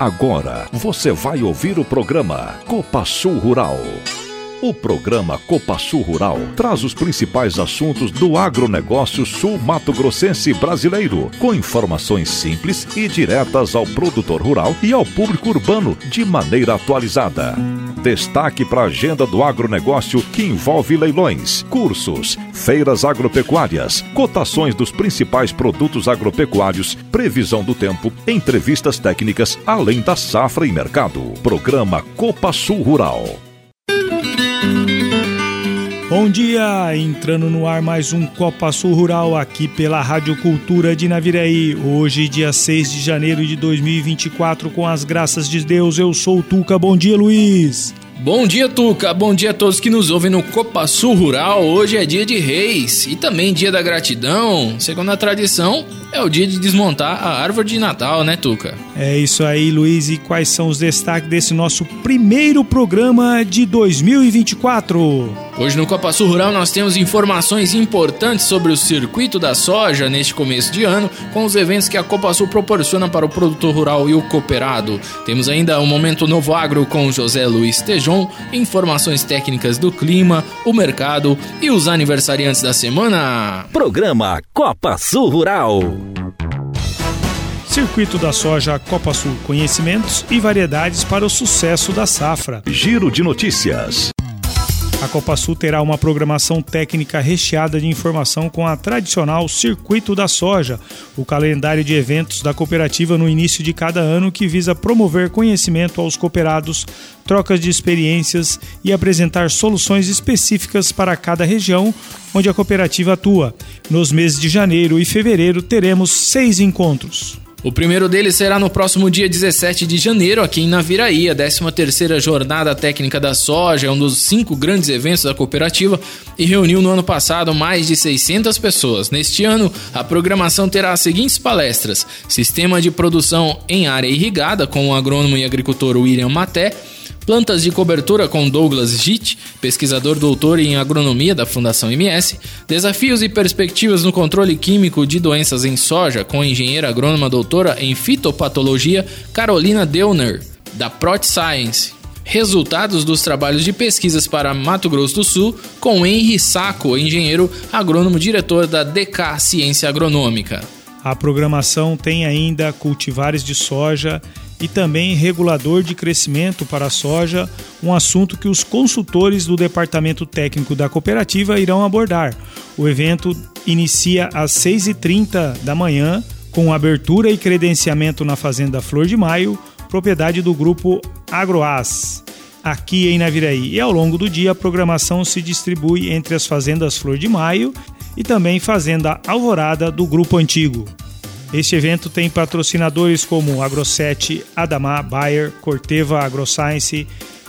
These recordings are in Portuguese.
Agora você vai ouvir o programa Copa Sul Rural. O programa Copa Sul Rural traz os principais assuntos do agronegócio sul-mato-grossense brasileiro, com informações simples e diretas ao produtor rural e ao público urbano de maneira atualizada. Destaque para a agenda do agronegócio, que envolve leilões, cursos, feiras agropecuárias, cotações dos principais produtos agropecuários, previsão do tempo, entrevistas técnicas, além da safra e mercado. Programa Copa Sul Rural. Bom dia, entrando no ar mais um Copa Sul Rural aqui pela Rádio Cultura de Naviraí. Hoje, dia 6 de janeiro de 2024, com as graças de Deus, eu sou o Tuca. Bom dia, Luiz. Bom dia, Tuca. Bom dia a todos que nos ouvem no Copa Sul Rural. Hoje é dia de Reis e também dia da gratidão. Segundo a tradição, é o dia de desmontar a árvore de Natal, né, Tuca? É isso aí, Luiz. E quais são os destaques desse nosso primeiro programa de 2024? Hoje no Copa Sul Rural nós temos informações importantes sobre o circuito da soja neste começo de ano, com os eventos que a Copa Sul proporciona para o produtor rural e o cooperado. Temos ainda o Momento Novo Agro com José Luiz Tejon, informações técnicas do clima, o mercado e os aniversariantes da semana. Programa Copa Sul Rural. Circuito da Soja Copa Sul, conhecimentos e variedades para o sucesso da safra. Giro de notícias. A Copa Sul terá uma programação técnica recheada de informação com a tradicional Circuito da Soja, o calendário de eventos da cooperativa no início de cada ano, que visa promover conhecimento aos cooperados, trocas de experiências e apresentar soluções específicas para cada região onde a cooperativa atua. Nos meses de janeiro e fevereiro teremos 6 encontros. O primeiro deles será no próximo dia 17 de janeiro, aqui em Naviraí. A 13ª Jornada Técnica da Soja é um dos 5 grandes eventos da cooperativa e reuniu no ano passado mais de 600 pessoas. Neste ano, a programação terá as seguintes palestras: Sistema de Produção em Área Irrigada, com o agrônomo e agricultor William Maté; Plantas de Cobertura com Douglas Gitt, pesquisador doutor em agronomia da Fundação MS; Desafios e Perspectivas no Controle Químico de Doenças em Soja, com a engenheira agrônoma doutora em Fitopatologia Carolina Deuner, da Prot Science; Resultados dos trabalhos de pesquisas para Mato Grosso do Sul, com Henry Sacco, engenheiro agrônomo diretor da DK Ciência Agronômica. A programação tem ainda cultivares de soja e também regulador de crescimento para a soja, um assunto que os consultores do Departamento Técnico da Cooperativa irão abordar. O evento inicia às 6h30 da manhã, com abertura e credenciamento na Fazenda Flor de Maio, propriedade do Grupo Agroaz, aqui em Naviraí. E ao longo do dia a programação se distribui entre as Fazendas Flor de Maio e também Fazenda Alvorada do Grupo Antigo. Este evento tem patrocinadores como Agrosset, Adamar, Bayer, Corteva AgroScience,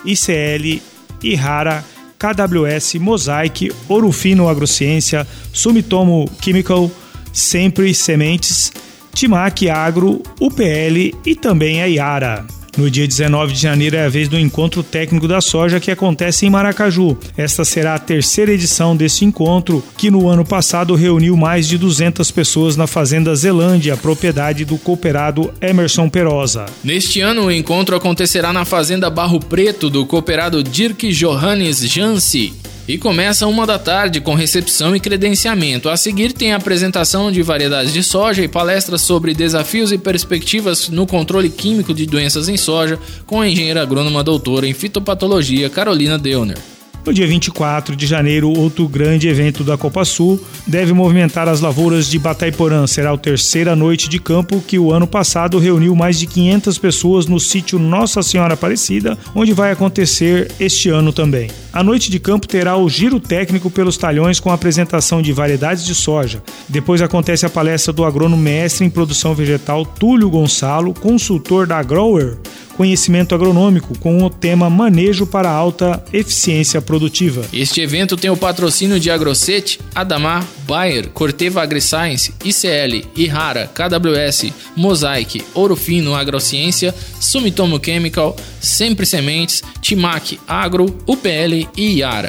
ICL, Ihara, KWS, Mosaic, Ouro Fino Agrociência, Sumitomo Chemical, Sempre Sementes, Timac Agro, UPL e também a Iara. No dia 19 de janeiro é a vez do Encontro Técnico da Soja, que acontece em Maracaju. Esta será a 3ª edição deste encontro, que no ano passado reuniu mais de 200 pessoas na Fazenda Zelândia, propriedade do cooperado Emerson Perosa. Neste ano, o encontro acontecerá na Fazenda Barro Preto, do cooperado Dirk Johannes Jansi, e começa 13h com recepção e credenciamento. A seguir tem a apresentação de variedades de soja e palestras sobre desafios e perspectivas no controle químico de doenças em soja, com a engenheira agrônoma doutora em fitopatologia Carolina Deuner. No dia 24 de janeiro, outro grande evento da Copa Sul deve movimentar as lavouras de Batayporã. Será a 3ª noite de campo, que o ano passado reuniu mais de 500 pessoas no sítio Nossa Senhora Aparecida, onde vai acontecer este ano também. A noite de campo terá o giro técnico pelos talhões com a apresentação de variedades de soja. Depois acontece a palestra do agrônomo mestre em produção vegetal Túlio Gonçalo, consultor da Grower, conhecimento agronômico, com o tema Manejo para Alta Eficiência Produtiva. Este evento tem o patrocínio de Agrosset, Adamar, Bayer, Corteva AgriScience, ICL, Ihara, KWS, Mosaic, Ouro Fino Agrociência, Sumitomo Chemical, Sempre Sementes, Timac Agro, UPL e Iara.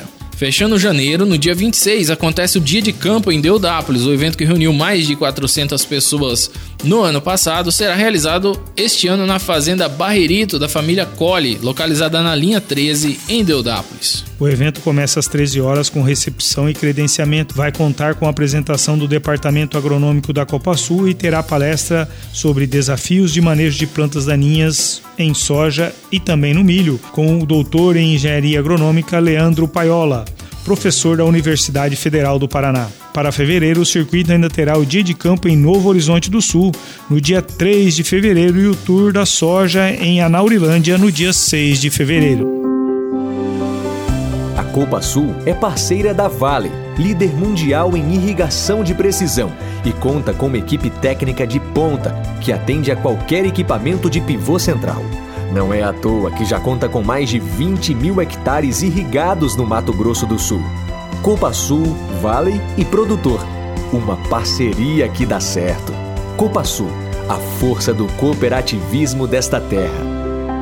Fechando janeiro, no dia 26, acontece o Dia de Campo em Deodápolis. O evento, que reuniu mais de 400 pessoas no ano passado, será realizado este ano na Fazenda Barreirito, da família Colli, localizada na linha 13, em Deodápolis. O evento começa às 13 horas com recepção e credenciamento. Vai contar com a apresentação do Departamento Agronômico da Copasul e terá palestra sobre desafios de manejo de plantas daninhas em soja e também no milho, com o doutor em Engenharia Agronômica Leandro Paiola, professor da Universidade Federal do Paraná. Para fevereiro, o circuito ainda terá o Dia de Campo em Novo Horizonte do Sul, no dia 3 de fevereiro, e o Tour da Soja em Anaurilândia, no dia 6 de fevereiro. A Copasul é parceira da Vale, líder mundial em irrigação de precisão, e conta com uma equipe técnica de ponta que atende a qualquer equipamento de pivô central. Não é à toa que já conta com mais de 20 mil hectares irrigados no Mato Grosso do Sul. Copasul, Vale e produtor. Uma parceria que dá certo. Copasul, a força do cooperativismo desta terra.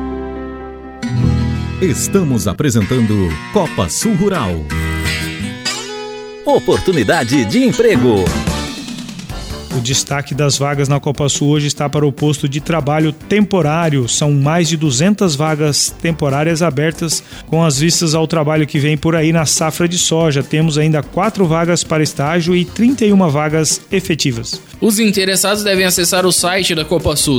Estamos apresentando Copasul Rural. Oportunidade de emprego. O destaque das vagas na Copasul hoje está para o posto de trabalho temporário. São mais de 200 vagas temporárias abertas, com as vistas ao trabalho que vem por aí na safra de soja. Temos ainda 4 vagas para estágio e 31 vagas efetivas. Os interessados devem acessar o site da Copasul,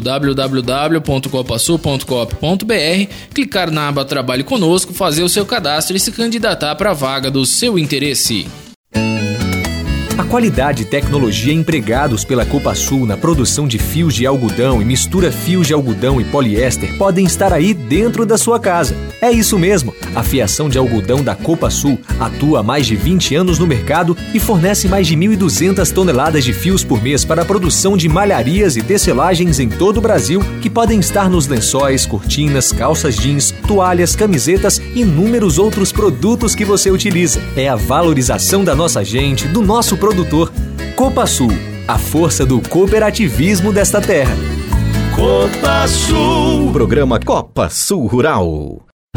www.copasul.coop.br, clicar na aba Trabalhe Conosco, fazer o seu cadastro e se candidatar para a vaga do seu interesse. A qualidade e tecnologia empregados pela Copasul na produção de fios de algodão e mistura fios de algodão e poliéster podem estar aí dentro da sua casa. É isso mesmo, a fiação de algodão da Copasul atua há mais de 20 anos no mercado e fornece mais de 1.200 toneladas de fios por mês para a produção de malharias e tecelagens em todo o Brasil, que podem estar nos lençóis, cortinas, calças jeans, toalhas, camisetas e inúmeros outros produtos que você utiliza. É a valorização da nossa gente, do nosso produtor. Copasul, a força do cooperativismo desta terra. Copasul. Programa Copasul Rural.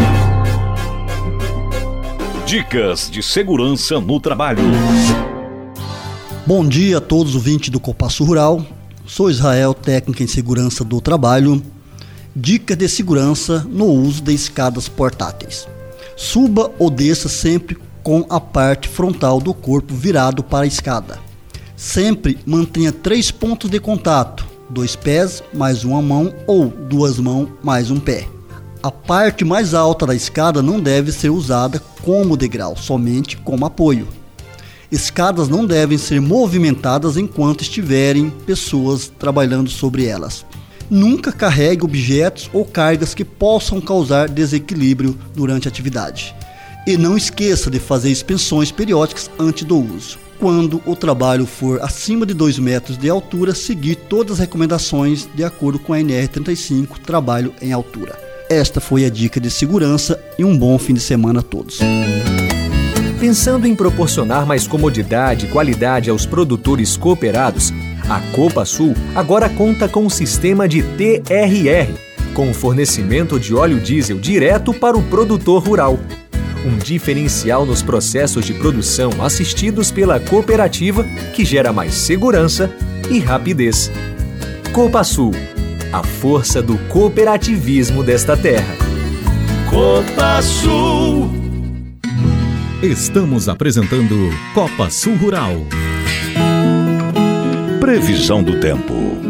Dicas de segurança no trabalho. Bom dia a todos os ouvintes do Copasul Rural. Sou Israel, técnico em segurança do trabalho. Dicas de segurança no uso de escadas portáteis. Suba ou desça sempre com a parte frontal do corpo virado para a escada. Sempre mantenha 3 pontos de contato, 2 pés mais uma mão ou 2 mãos mais um pé. A parte mais alta da escada não deve ser usada como degrau, somente como apoio. Escadas não devem ser movimentadas enquanto estiverem pessoas trabalhando sobre elas. Nunca carregue objetos ou cargas que possam causar desequilíbrio durante a atividade. E não esqueça de fazer expensões periódicas antes do uso. Quando o trabalho for acima de 2 metros de altura, seguir todas as recomendações de acordo com a NR35, trabalho em altura. Esta foi a dica de segurança e um bom fim de semana a todos. Pensando em proporcionar mais comodidade e qualidade aos produtores cooperados, a Copasul agora conta com um sistema de TRR, com o fornecimento de óleo diesel direto para o produtor rural. Um diferencial nos processos de produção assistidos pela cooperativa, que gera mais segurança e rapidez. Copasul, a força do cooperativismo desta terra. Copasul. Estamos apresentando Copasul Rural. Previsão do tempo.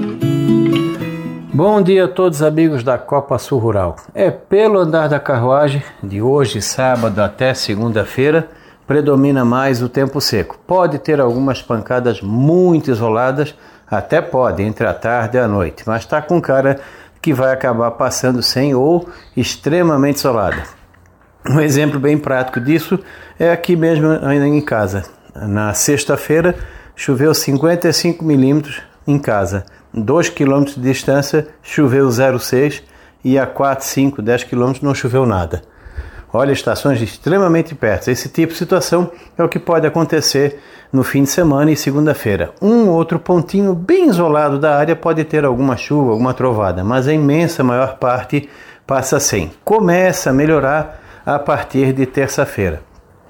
Bom dia a todos amigos da Copasul Rural. Pelo andar da carruagem, de hoje, sábado até segunda-feira, predomina mais o tempo seco. Pode ter algumas pancadas muito isoladas, até pode, entre a tarde e a noite, mas está com cara que vai acabar passando sem ou extremamente isolada. Um exemplo bem prático disso é aqui mesmo em casa. Na sexta-feira, choveu 55 milímetros em casa. 2 km de distância choveu 0,6 e a 4, 5, 10 km não choveu nada. Olha, estações extremamente perto. Esse tipo de situação é o que pode acontecer no fim de semana e segunda-feira. Um outro pontinho bem isolado da área pode ter alguma chuva, alguma trovada, mas a imensa maior parte passa sem. Começa a melhorar a partir de terça-feira.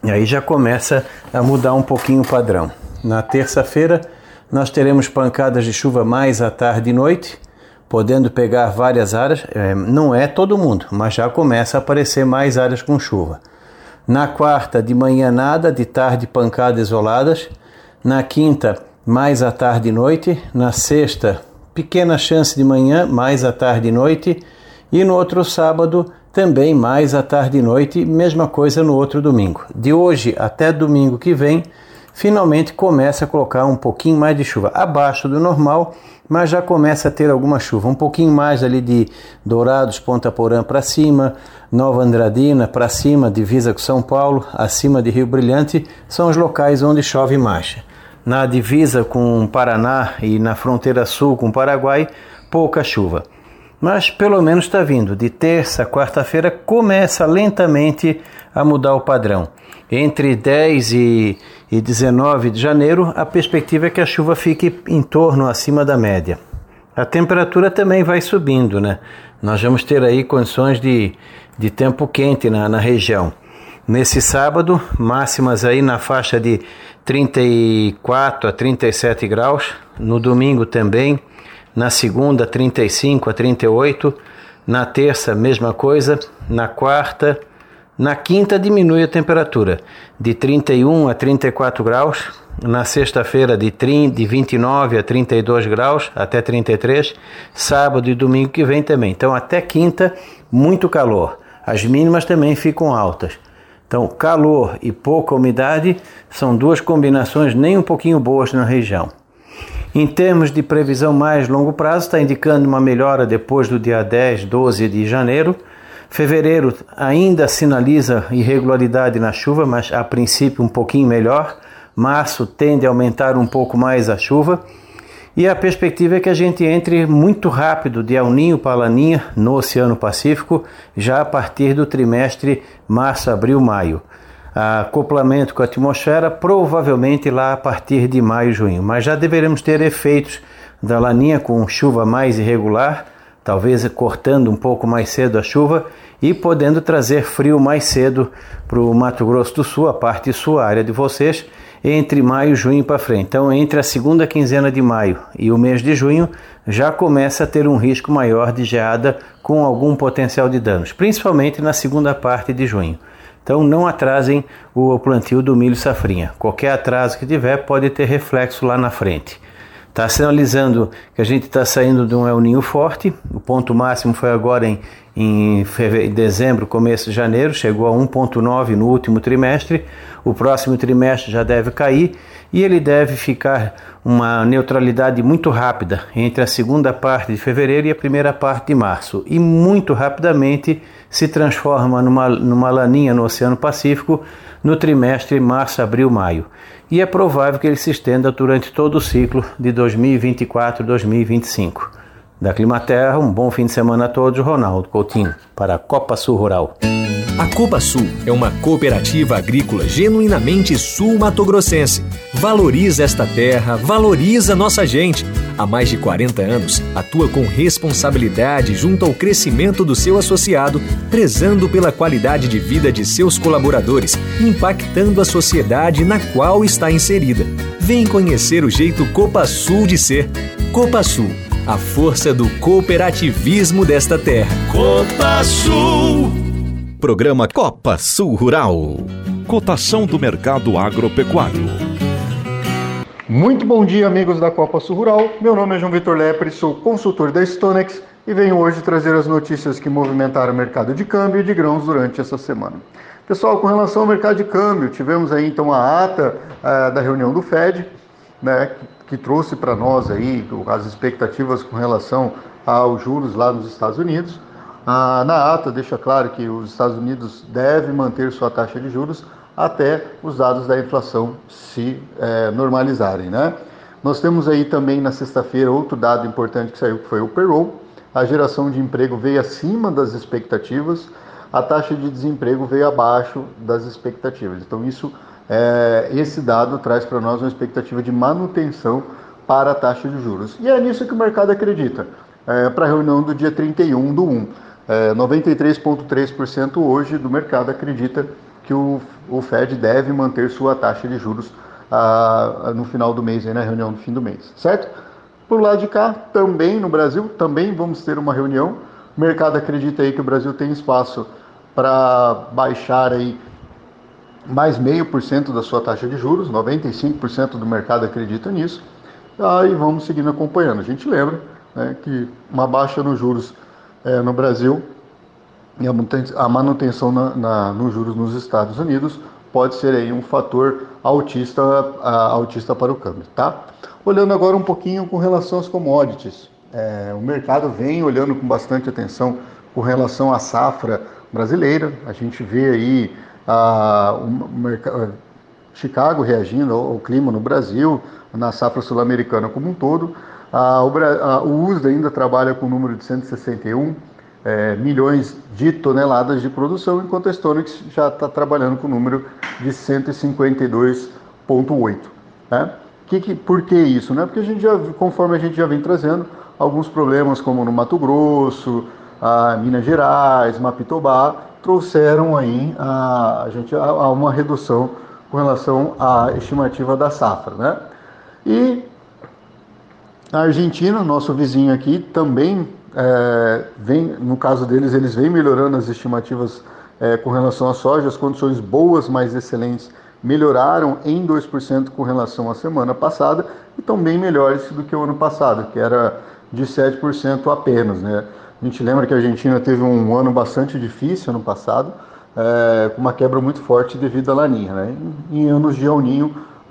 E aí já começa a mudar um pouquinho o padrão. Na terça-feira nós teremos pancadas de chuva mais à tarde e noite, podendo pegar várias áreas, não é todo mundo, mas já começa a aparecer mais áreas com chuva. Na quarta, de manhã nada, de tarde pancadas isoladas. Na quinta, mais à tarde e noite. Na sexta, pequena chance de manhã, mais à tarde e noite. E no outro sábado, também mais à tarde e noite, mesma coisa no outro domingo. De hoje até domingo que vem, finalmente começa a colocar um pouquinho mais de chuva, abaixo do normal, mas já começa a ter alguma chuva, um pouquinho mais ali de Dourados, Ponta Porã para cima, Nova Andradina para cima, divisa com São Paulo, acima de Rio Brilhante, são os locais onde chove mais. Na divisa com Paraná e na fronteira sul com Paraguai, pouca chuva. Mas pelo menos está vindo, de terça a quarta-feira começa lentamente a mudar o padrão. Entre 10 e 19 de janeiro, a perspectiva é que a chuva fique em torno acima da média. A temperatura também vai subindo, né? Nós vamos ter aí condições de tempo quente na região. Nesse sábado, máximas aí na faixa de 34 a 37 graus. No domingo também. Na segunda, 35 a 38. Na terça, mesma coisa. Na quarta. Na quinta diminui a temperatura, de 31 a 34 graus. Na sexta-feira de 29 a 32 graus, até 33. Sábado e domingo que vem também. Então até quinta, muito calor. As mínimas também ficam altas. Então calor e pouca umidade são duas combinações nem um pouquinho boas na região. Em termos de previsão mais longo prazo, está indicando uma melhora depois do dia 10, 12 de janeiro. Fevereiro ainda sinaliza irregularidade na chuva, mas a princípio um pouquinho melhor. Março tende a aumentar um pouco mais a chuva. E a perspectiva é que a gente entre muito rápido de El Niño para Laninha no Oceano Pacífico, já a partir do trimestre março, abril, maio. Acoplamento com a atmosfera provavelmente lá a partir de maio, junho. Mas já deveremos ter efeitos da Laninha com chuva mais irregular, talvez cortando um pouco mais cedo a chuva e podendo trazer frio mais cedo para o Mato Grosso do Sul, a parte sul, a área de vocês, entre maio e junho para frente. Então, entre a segunda quinzena de maio e o mês de junho, já começa a ter um risco maior de geada com algum potencial de danos, principalmente na segunda parte de junho. Então, não atrasem o plantio do milho safrinha. Qualquer atraso que tiver pode ter reflexo lá na frente. Está sinalizando que a gente está saindo de um El Niño forte. O ponto máximo foi agora em dezembro, começo de janeiro, chegou a 1,9 no último trimestre. O próximo trimestre já deve cair e ele deve ficar uma neutralidade muito rápida entre a segunda parte de fevereiro e a primeira parte de março. E muito rapidamente se transforma numa laninha no Oceano Pacífico no trimestre março, abril, maio. E é provável que ele se estenda durante todo o ciclo de 2024-2025. Da Climaterra, um bom fim de semana a todos. Ronaldo Coutinho, para a Copa Sul Rural. A Copa Sul é uma cooperativa agrícola genuinamente sul-matogrossense. Valoriza esta terra, valoriza nossa gente. Há mais de 40 anos, atua com responsabilidade junto ao crescimento do seu associado, prezando pela qualidade de vida de seus colaboradores, impactando a sociedade na qual está inserida. Vem conhecer o jeito Copa Sul de ser. Copa Sul, a força do cooperativismo desta terra. Copa Sul. Programa Copa Sul Rural. Cotação do mercado agropecuário. Muito bom dia, amigos da Copa Sul Rural. Meu nome é João Vitor Lepre, sou consultor da Stonex e venho hoje trazer as notícias que movimentaram o mercado de câmbio e de grãos durante essa semana. Pessoal, com relação ao mercado de câmbio, tivemos aí então a ata da reunião do Fed, né, que trouxe para nós aí as expectativas com relação aos juros lá nos Estados Unidos. Na ata deixa claro que os Estados Unidos devem manter sua taxa de juros até os dados da inflação se normalizarem, né? Nós temos aí também na sexta-feira outro dado importante que saiu, que foi o payroll. A geração de emprego veio acima das expectativas, a taxa de desemprego veio abaixo das expectativas. Então esse dado traz para nós uma expectativa de manutenção para a taxa de juros. E é nisso que o mercado acredita, para a reunião do dia 31/1. 93,3% hoje do mercado acredita que o Fed deve manter sua taxa de juros no final do mês, aí, na reunião do fim do mês, certo? Por lado de cá, também no Brasil, também vamos ter uma reunião. O mercado acredita aí que o Brasil tem espaço para baixar aí mais 0,5% da sua taxa de juros, 95% do mercado acredita nisso. Aí vamos seguindo acompanhando. A gente lembra, né, que uma baixa nos juros no Brasil e a manutenção nos juros nos Estados Unidos pode ser aí um fator altista para o câmbio, tá? Olhando agora um pouquinho com relação às commodities. O mercado vem olhando com bastante atenção com relação à safra brasileira. A gente vê aí Chicago reagindo ao clima no Brasil, na safra sul-americana como um todo. O USDA ainda trabalha com o número de 161 milhões de toneladas de produção, enquanto a Stonex já está trabalhando com o número de 152,8. Né? Por que isso? Né? Porque conforme a gente já vem trazendo, alguns problemas como no Mato Grosso, Minas Gerais, Mapitobá, trouxeram aí a uma redução com relação à estimativa da safra, né? E a Argentina, nosso vizinho aqui, também no caso deles, eles vêm melhorando as estimativas com relação à soja. As condições boas, mais excelentes, melhoraram em 2% com relação à semana passada e estão bem melhores do que o ano passado, que era de 7% apenas, né? A gente lembra que a Argentina teve um ano bastante difícil ano passado, com uma quebra muito forte devido à laninha, né? Em anos de El Niño,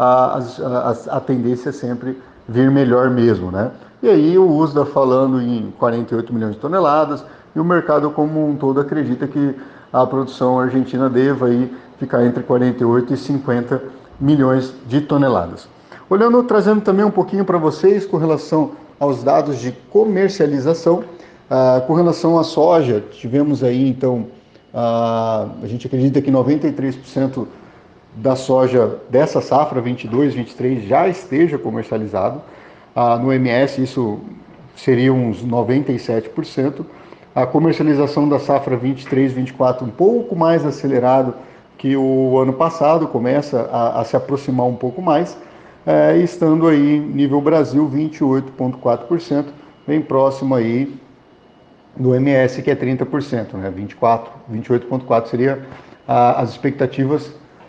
a tendência é sempre vir melhor mesmo, né? E aí o USDA falando em 48 milhões de toneladas, e o mercado como um todo acredita que a produção argentina deva aí ficar entre 48 e 50 milhões de toneladas. Trazendo também um pouquinho para vocês com relação aos dados de comercialização. Com relação à soja, tivemos aí então, a gente acredita que 93% da soja dessa safra 22-23 já esteja comercializado. No MS isso seria uns 97%. A comercialização da safra 23-24 um pouco mais acelerado que o ano passado, começa a se aproximar um pouco mais, estando aí nível Brasil 28,4%, bem próximo aí do MS, que é 30%, né? 28,4% seria as expectativas,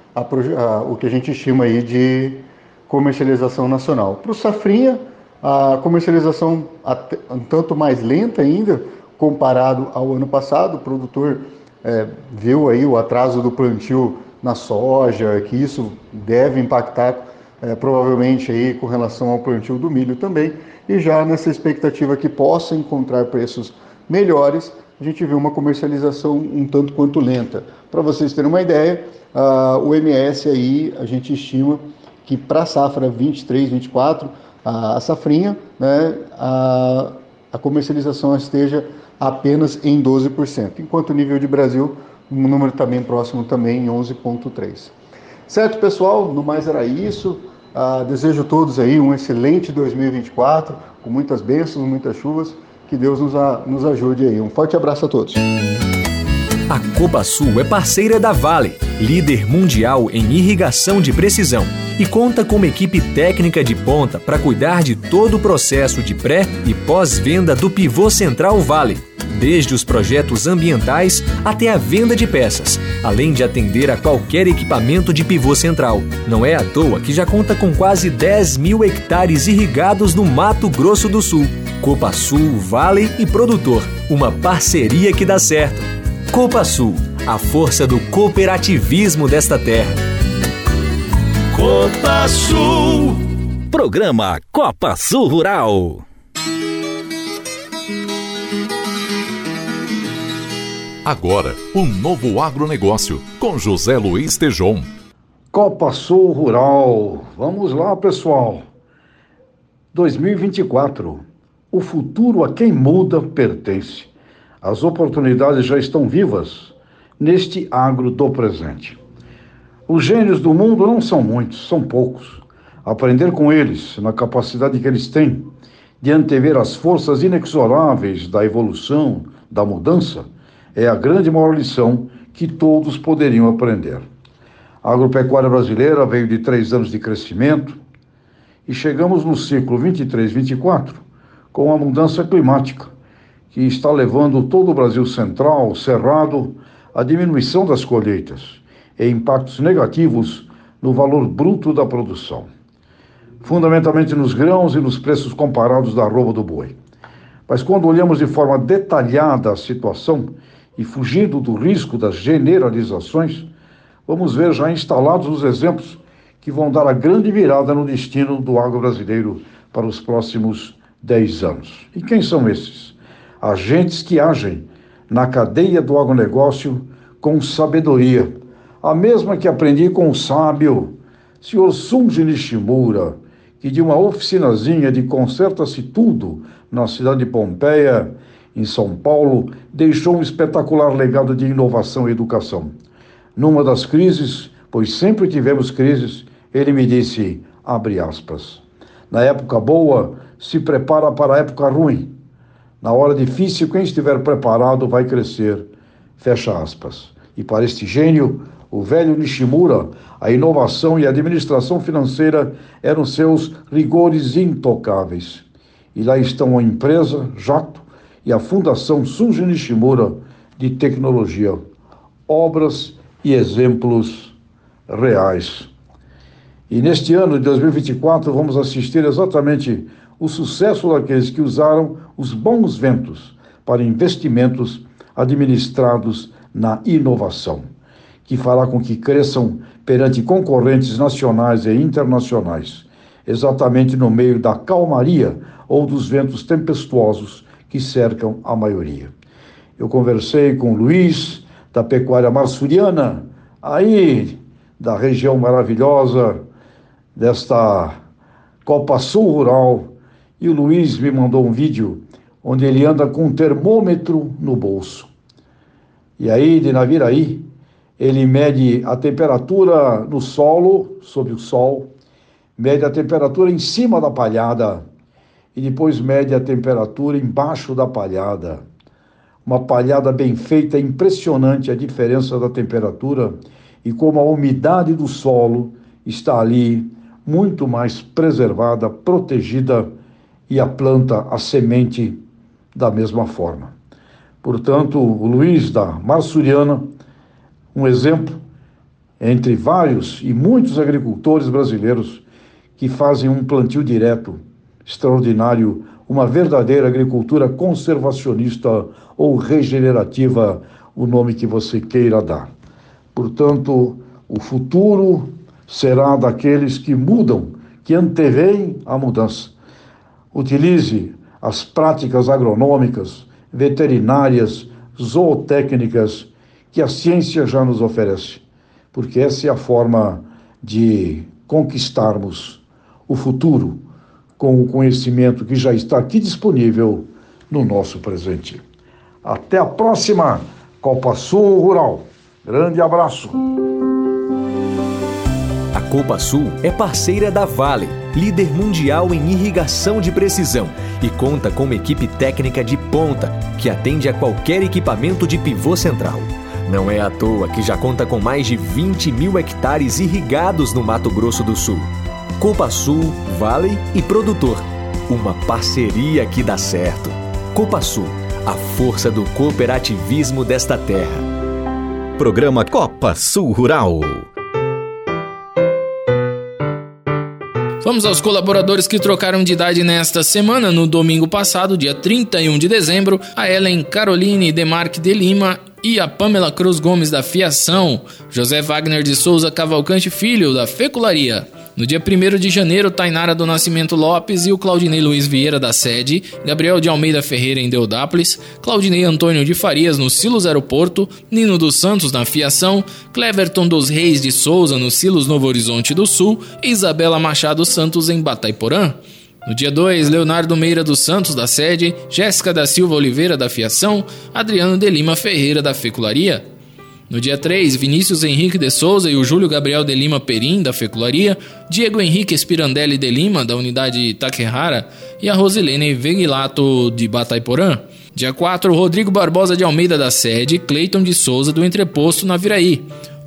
o que a gente estima aí de comercialização nacional. Para o safrinha, a comercialização um tanto mais lenta ainda, comparado ao ano passado. O produtor viu aí o atraso do plantio na soja, que isso deve impactar provavelmente aí com relação ao plantio do milho também, e já nessa expectativa que possa encontrar preços melhores, a gente vê uma comercialização um tanto quanto lenta. Para vocês terem uma ideia, o MS aí a gente estima que para a safra 23-24, a safrinha, né, a comercialização esteja apenas em 12%, enquanto o nível de Brasil, um número também próximo também em 11,3%. Certo, pessoal? No mais era isso. Desejo a todos aí um excelente 2024, com muitas bênçãos, muitas chuvas. Que Deus nos ajude aí. Um forte abraço a todos. A Copasul é parceira da Vale, líder mundial em irrigação de precisão, e conta com uma equipe técnica de ponta para cuidar de todo o processo de pré e pós-venda do pivô central Vale, desde os projetos ambientais até a venda de peças, além de atender a qualquer equipamento de pivô central. Não é à toa que já conta com quase 10 mil hectares irrigados no Mato Grosso do Sul. Copasul, Vale e produtor, uma parceria que dá certo. Copasul, a força do cooperativismo desta terra. Copasul. Programa Copasul Rural. Agora, um novo agronegócio com José Luiz Tejon. Copasul Rural. Vamos lá, pessoal. 2024. O futuro a quem muda pertence. As oportunidades já estão vivas neste agro do presente. Os gênios do mundo não são muitos, são poucos. Aprender com eles, na capacidade que eles têm de antever as forças inexoráveis da evolução, da mudança, é a grande maior lição que todos poderiam aprender. A agropecuária brasileira veio de 3 anos de crescimento e chegamos no ciclo 23-24 com a mudança climática, que está levando todo o Brasil central, cerrado, à diminuição das colheitas e impactos negativos no valor bruto da produção, fundamentalmente nos grãos e nos preços comparados da arroba do boi. Mas quando olhamos de forma detalhada a situação e fugindo do risco das generalizações, vamos ver já instalados os exemplos que vão dar a grande virada no destino do agro brasileiro para os próximos 10 anos. E quem são esses? Agentes que agem na cadeia do agronegócio com sabedoria, a mesma que aprendi com o sábio Sr. Sunji Nishimura, que de uma oficinazinha de Conserta-se Tudo na cidade de Pompeia, em São Paulo, deixou um espetacular legado de inovação e educação. Numa das crises, pois sempre tivemos crises, ele me disse, abre aspas, na época boa, se prepara para a época ruim. Na hora difícil, quem estiver preparado vai crescer, fecha aspas. E para este gênio, o velho Nishimura, a inovação e a administração financeira eram seus rigores intocáveis. E lá estão a empresa, Jato, e a Fundação Sunji Nishimura de Tecnologia. Obras e exemplos reais. E neste ano de 2024 vamos assistir exatamente o sucesso daqueles que usaram os bons ventos para investimentos administrados na inovação, que fará com que cresçam perante concorrentes nacionais e internacionais, exatamente no meio da calmaria ou dos ventos tempestuosos que cercam a maioria. Eu conversei com o Luiz, da pecuária marsuriana, aí da região maravilhosa desta Copa Sul Rural, e o Luiz me mandou um vídeo onde ele anda com um termômetro no bolso. E aí, de Naviraí, ele mede a temperatura no solo, sob o sol, mede a temperatura em cima da palhada e depois mede a temperatura embaixo da palhada. Uma palhada bem feita, é impressionante a diferença da temperatura e como a umidade do solo está ali muito mais preservada, protegida e a planta, a semente, da mesma forma. Portanto, o Luiz da Marsuriana, um exemplo entre vários e muitos agricultores brasileiros que fazem um plantio direto, extraordinário, uma verdadeira agricultura conservacionista ou regenerativa, o nome que você queira dar. Portanto, o futuro será daqueles que mudam, que anteveem a mudança. Utilize as práticas agronômicas, veterinárias, zootécnicas que a ciência já nos oferece, porque essa é a forma de conquistarmos o futuro com o conhecimento que já está aqui disponível no nosso presente. Até a próxima Copa Sul Rural. Grande abraço. A Copasul é parceira da Vale, líder mundial em irrigação de precisão, e conta com uma equipe técnica de ponta que atende a qualquer equipamento de pivô central. Não é à toa que já conta com mais de 20 mil hectares irrigados no Mato Grosso do Sul. Copasul, Vale e produtor. Uma parceria que dá certo. Copasul, a força do cooperativismo desta terra. Programa Copa Sul Rural. Vamos aos colaboradores que trocaram de idade nesta semana. No domingo passado, dia 31 de dezembro, a Ellen Caroline Demarque de Lima e a Pamela Cruz Gomes da Fiação, José Wagner de Souza Cavalcante Filho da Fecularia. No dia 1º de janeiro, Tainara do Nascimento Lopes e o Claudinei Luiz Vieira da Sede, Gabriel de Almeida Ferreira em Deodápolis, Claudinei Antônio de Farias no Silos Aeroporto, Nino dos Santos na Fiação, Cleverton dos Reis de Souza no Silos Novo Horizonte do Sul e Isabela Machado Santos em Batayporã. No dia 2, Leonardo Meira dos Santos da Sede, Jéssica da Silva Oliveira da Fiação, Adriano de Lima Ferreira da Fecularia. No dia 3, Vinícius Henrique de Souza e o Júlio Gabriel de Lima Perim, da Fecularia, Diego Henrique Espirandelli de Lima, da Unidade Taquerrara, e a Rosilene Veguilato, de Batayporã. Dia 4, Rodrigo Barbosa de Almeida da Sede, Cleiton de Souza, do Entreposto, na Viraí.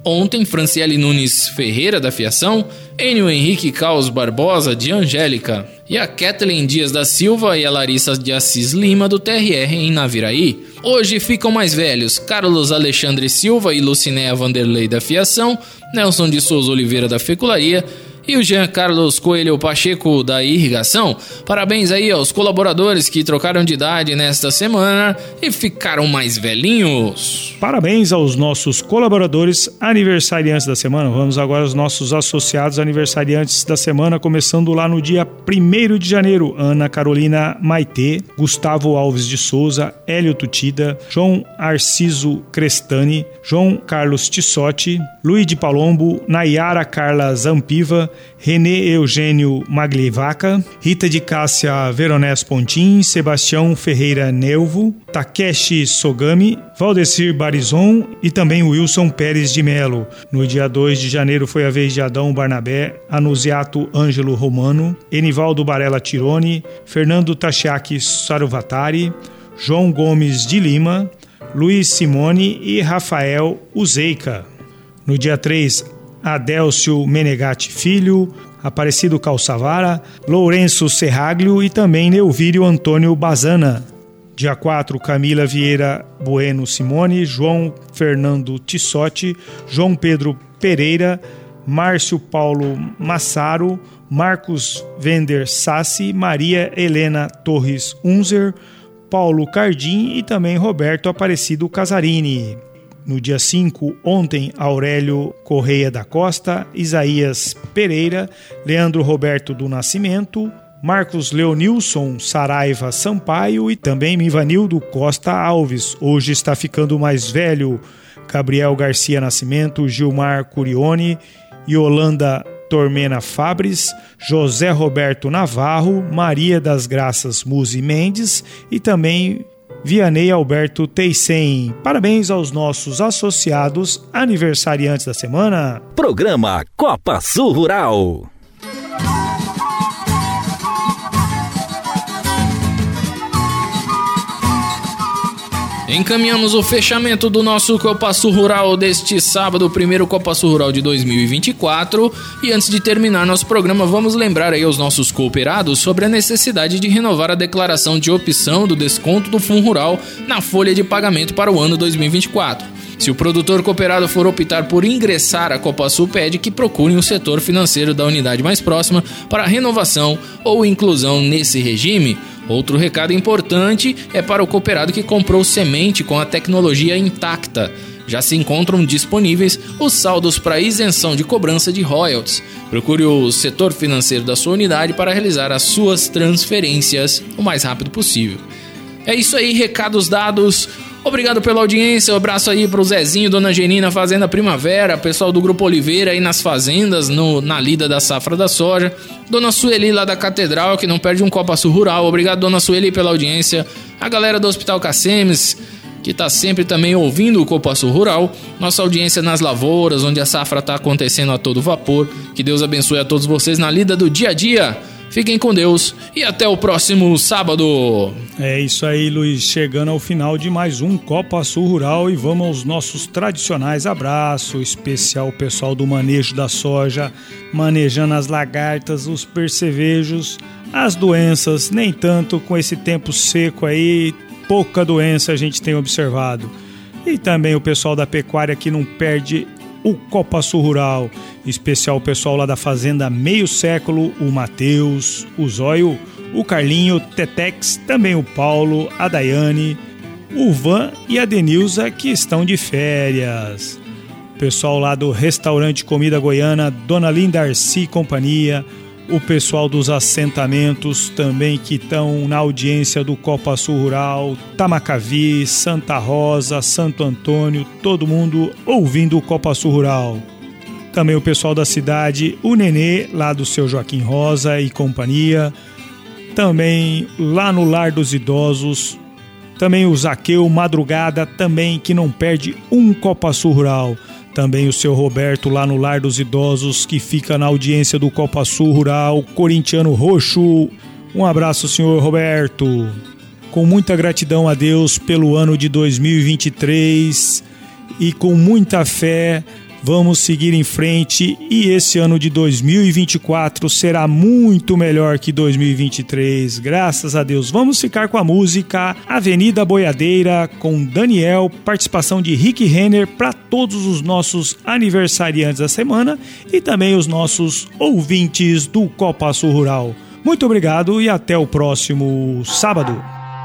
Ontem, Franciele Nunes Ferreira, da Fiação, Enio Henrique Caos Barbosa, de Angélica, e a Kathleen Dias da Silva e a Larissa de Assis Lima, do TRR, em Naviraí. Hoje ficam mais velhos Carlos Alexandre Silva e Lucinéa Vanderlei, da Fiação, Nelson de Souza Oliveira, da Fecularia, e o Jean Carlos Coelho Pacheco, da Irrigação. Parabéns aí aos colaboradores que trocaram de idade nesta semana e ficaram mais velhinhos. Parabéns aos nossos colaboradores aniversariantes da semana. Vamos agora aos nossos associados aniversariantes da semana, começando lá no dia 1º de janeiro. Ana Carolina Maitê, Gustavo Alves de Souza, Hélio Tutida, João Arciso Crestani, João Carlos Tissotti, Luiz de Palombo, Nayara Carla Zampiva, Renê Eugênio Maglivaca, Rita de Cássia Veronés Pontin, Sebastião Ferreira Neuvo, Takeshi Sogami, Valdecir Barizon e também Wilson Pérez de Melo. No dia 2 de janeiro foi a vez de Adão Barnabé, Anusiato Ângelo Romano, Enivaldo Barella Tironi, Fernando Tachiaki Saruvatari, João Gomes de Lima, Luiz Simone e Rafael Uzeica. No dia 3, Adélcio Menegatti Filho, Aparecido Calçavara, Lourenço Serraglio e também Neuvírio Antônio Bazana. Dia 4, Camila Vieira Bueno Simone, João Fernando Tissotti, João Pedro Pereira, Márcio Paulo Massaro, Marcos Vender Sassi, Maria Helena Torres Unzer, Paulo Cardim e também Roberto Aparecido Casarini. No dia 5, ontem, Aurélio Correia da Costa, Isaías Pereira, Leandro Roberto do Nascimento, Marcos Leonilson Saraiva Sampaio e também Mivanildo Costa Alves. Hoje está ficando mais velho Gabriel Garcia Nascimento, Gilmar Curione, Yolanda Tormena Fabres, José Roberto Navarro, Maria das Graças Muzi Mendes e também Vianney Alberto Teicem. Parabéns aos nossos associados aniversariantes da semana. Programa Copa Sul Rural. Encaminhamos o fechamento do nosso Copa Sul Rural deste sábado, o primeiro Copa Sul Rural de 2024. E antes de terminar nosso programa, vamos lembrar aí aos nossos cooperados sobre a necessidade de renovar a declaração de opção do desconto do Fundo Rural na folha de pagamento para o ano 2024. Se o produtor cooperado for optar por ingressar à Copasul, pede que procurem o setor financeiro da unidade mais próxima para renovação ou inclusão nesse regime. Outro recado importante é para o cooperado que comprou semente com a tecnologia intacta. Já se encontram disponíveis os saldos para isenção de cobrança de royalties. Procure o setor financeiro da sua unidade para realizar as suas transferências o mais rápido possível. É isso aí, recados dados. Obrigado pela audiência, um abraço aí pro Zezinho, Dona Genina, Fazenda Primavera, pessoal do Grupo Oliveira aí nas fazendas, na lida da safra da soja, Dona Sueli lá da Catedral, que não perde um Copa Sul Rural, obrigado Dona Sueli pela audiência, a galera do Hospital Cacemes, que tá sempre também ouvindo o Copa Sul Rural, nossa audiência nas lavouras, onde a safra tá acontecendo a todo vapor, que Deus abençoe a todos vocês na lida do dia a dia. Fiquem com Deus e até o próximo sábado. É isso aí, Luiz. Chegando ao final de mais um Copa Sul Rural e vamos aos nossos tradicionais abraços. Especial o pessoal do manejo da soja, manejando as lagartas, os percevejos, as doenças. Nem tanto com esse tempo seco aí, pouca doença a gente tem observado. E também o pessoal da pecuária que não perde o Copa Sul Rural, especial o pessoal lá da Fazenda Meio Século, o Matheus, o Zóio, o Carlinho, o Tetex, também o Paulo, a Daiane, o Van e a Denilza que estão de férias. O pessoal lá do Restaurante Comida Goiana, Dona Linda Arci e companhia, o pessoal dos assentamentos também que estão na audiência do Copa Sul Rural, Tamacavi, Santa Rosa, Santo Antônio, todo mundo ouvindo o Copa Sul Rural. Também o pessoal da cidade, o Nenê, lá do seu Joaquim Rosa e companhia. Também lá no Lar dos Idosos, também o Zaqueu Madrugada, também que não perde um Copa Sul Rural. Também o seu Roberto lá no Lar dos Idosos, que fica na audiência do Copa Sul Rural, corintiano roxo. Um abraço, senhor Roberto. Com muita gratidão a Deus pelo ano de 2023 e com muita fé, Vamos seguir em frente e esse ano de 2024 será muito melhor que 2023, graças a Deus. Vamos ficar com a música Avenida Boiadeira com Daniel, participação de Rick Renner para todos os nossos aniversariantes da semana e também os nossos ouvintes do Copa Sul Rural. Muito obrigado e até o próximo sábado.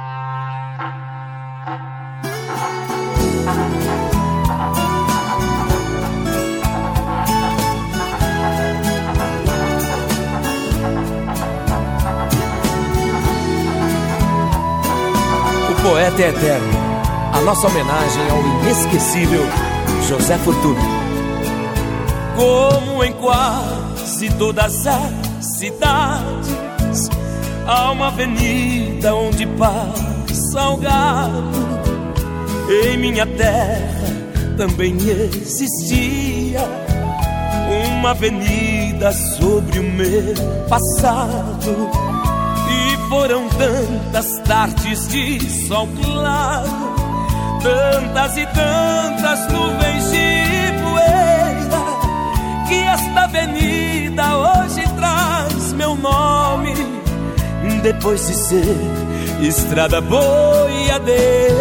O poeta é eterno. A nossa homenagem ao inesquecível José Fortuna. Como em quase todas as cidades, há uma avenida onde passa o gado. Em minha terra também existia uma avenida sobre o meu passado. E foram tantas tardes de sol claro, tantas e tantas nuvens de poeira, que esta avenida hoje traz meu nome, depois de ser estrada boiadeira.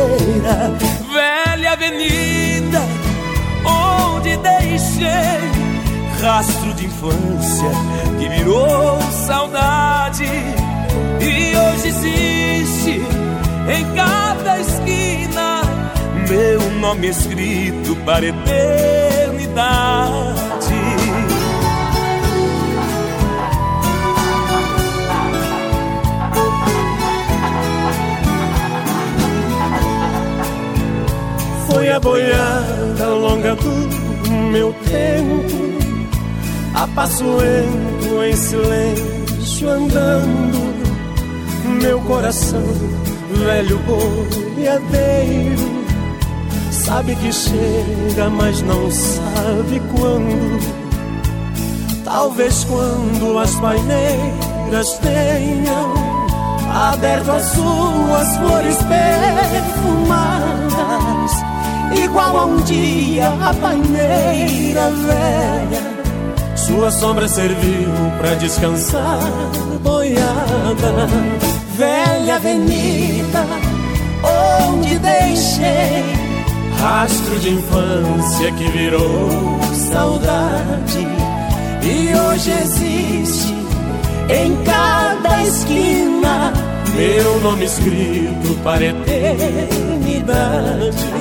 Velha avenida onde deixei rastro de infância que virou saudade, e hoje existe em cada esquina meu nome escrito para a eternidade. Foi a boiada longa do meu tempo, a passo lento em silêncio andando. Meu coração, velho boiadeiro, sabe que chega, mas não sabe quando. Talvez quando as paineiras tenham aberto as suas flores perfumadas, igual a um dia a paineira velha, sua sombra serviu pra descansar boiada. Velha avenida onde deixei rastro de infância que virou saudade, e hoje existe em cada esquina meu nome escrito para a eternidade.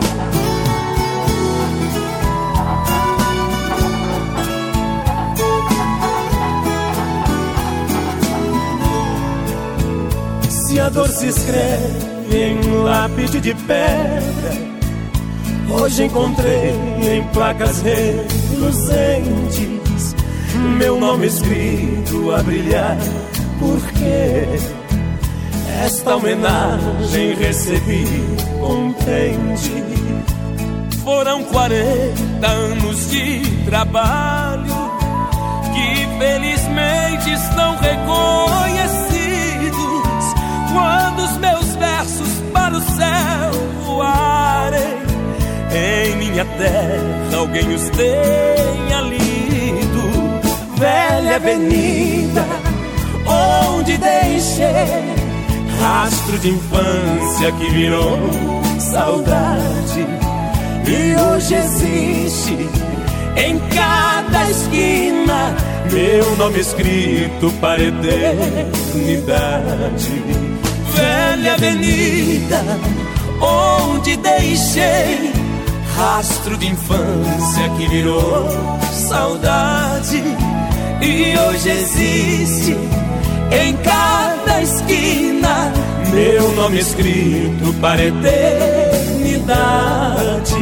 Se a dor se escreve em lápide de pedra, hoje encontrei em placas reluzentes meu nome escrito a brilhar, porque esta homenagem recebi contente. Foram 40 anos de trabalho que felizmente estão reconhecidos, quando os meus versos para o céu voarem, em minha terra alguém os tenha lido. Velha avenida onde deixei rastro de infância que virou saudade, e hoje existe em cada esquina meu nome escrito para a eternidade. Velha avenida onde deixei rastro de infância que virou saudade, e hoje existe em cada esquina meu nome escrito para a eternidade.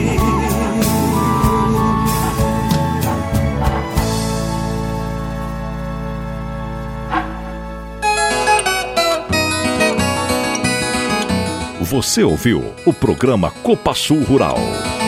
Você ouviu o programa Copa Sul Rural.